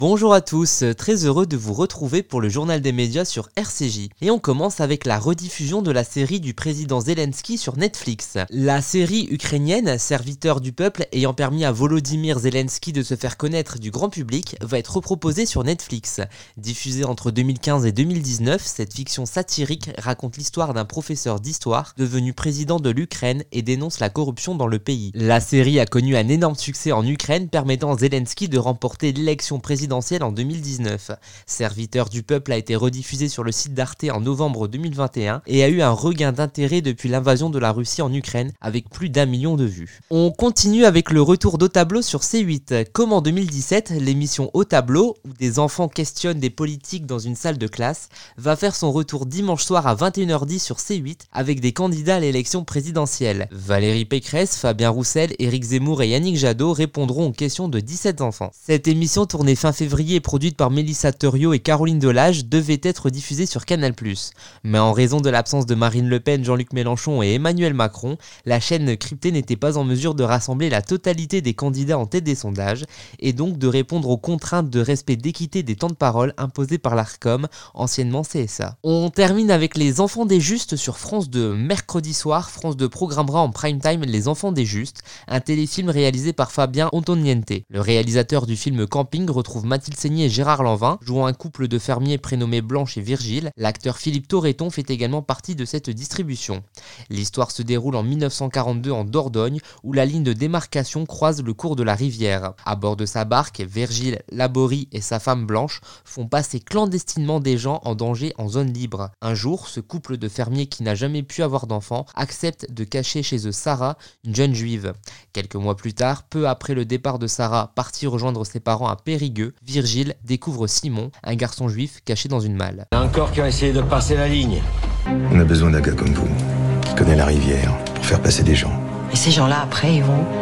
Bonjour à tous, très heureux de vous retrouver pour le journal des médias sur RCJ. Et on commence avec la rediffusion de la série du président Zelensky sur Netflix. La série ukrainienne, Serviteur du peuple, ayant permis à Volodymyr Zelensky de se faire connaître du grand public, va être reproposée sur Netflix. Diffusée entre 2015 et 2019, cette fiction satirique raconte l'histoire d'un professeur d'histoire devenu président de l'Ukraine et dénonce la corruption dans le pays. La série a connu un énorme succès en Ukraine, permettant à Zelensky de remporter l'élection présidentielle en 2019. Serviteur du peuple a été rediffusé sur le site d'Arte en novembre 2021 et a eu un regain d'intérêt depuis l'invasion de la Russie en Ukraine avec plus d'1 million de vues. On continue avec le retour d'Au Tableau sur C8. Comme en 2017, l'émission Au Tableau, où des enfants questionnent des politiques dans une salle de classe, va faire son retour dimanche soir à 21h10 sur C8 avec des candidats à l'élection présidentielle. Valérie Pécresse, Fabien Roussel, Éric Zemmour et Yannick Jadot répondront aux questions de 17 enfants. Cette émission tournée fin février et produite par Mélissa Theriot et Caroline Delage devait être diffusée sur Canal+. Mais en raison de l'absence de Marine Le Pen, Jean-Luc Mélenchon et Emmanuel Macron, la chaîne cryptée n'était pas en mesure de rassembler la totalité des candidats en tête des sondages et donc de répondre aux contraintes de respect d'équité des temps de parole imposées par l'Arcom, anciennement CSA. On termine avec Les Enfants des Justes sur France 2. Mercredi soir, France 2 programmera en prime time Les Enfants des Justes, un téléfilm réalisé par Fabien Antoniente. Le réalisateur du film Camping retrouve Mathilde Seigné et Gérard Lanvin, jouant un couple de fermiers prénommés Blanche et Virgile. L'acteur Philippe Torreton fait également partie de cette distribution. L'histoire se déroule en 1942 en Dordogne, où la ligne de démarcation croise le cours de la rivière. À bord de sa barque, Virgile Laborie et sa femme Blanche font passer clandestinement des gens en danger en zone libre. Un jour, ce couple de fermiers qui n'a jamais pu avoir d'enfant accepte de cacher chez eux Sarah, une jeune juive. Quelques mois plus tard, peu après le départ de Sarah partie rejoindre ses parents à Périgueux, Virgile découvre Simon, un garçon juif caché dans une malle. Il y a encore qui ont essayé de passer la ligne. On a besoin d'un gars comme vous, qui connaît la rivière, pour faire passer des gens. Et ces gens-là, après, ils vont...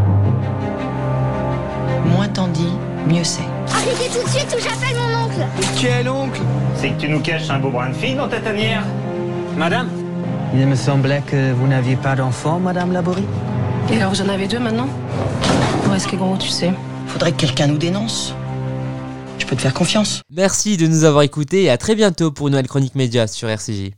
Moins t'en dis, mieux c'est. Arrêtez tout de suite ou j'appelle mon oncle. Qui est l'oncle? C'est que tu nous caches un beau brin de fille dans ta tanière. Madame? Il me semblait que vous n'aviez pas d'enfant, Madame Laborie. Et alors vous en avez 2 maintenant? Où est-ce que gros, tu sais? Faudrait que quelqu'un nous dénonce. Je peux te faire confiance. Merci de nous avoir écoutés et à très bientôt pour une nouvelle chronique média sur RCJ.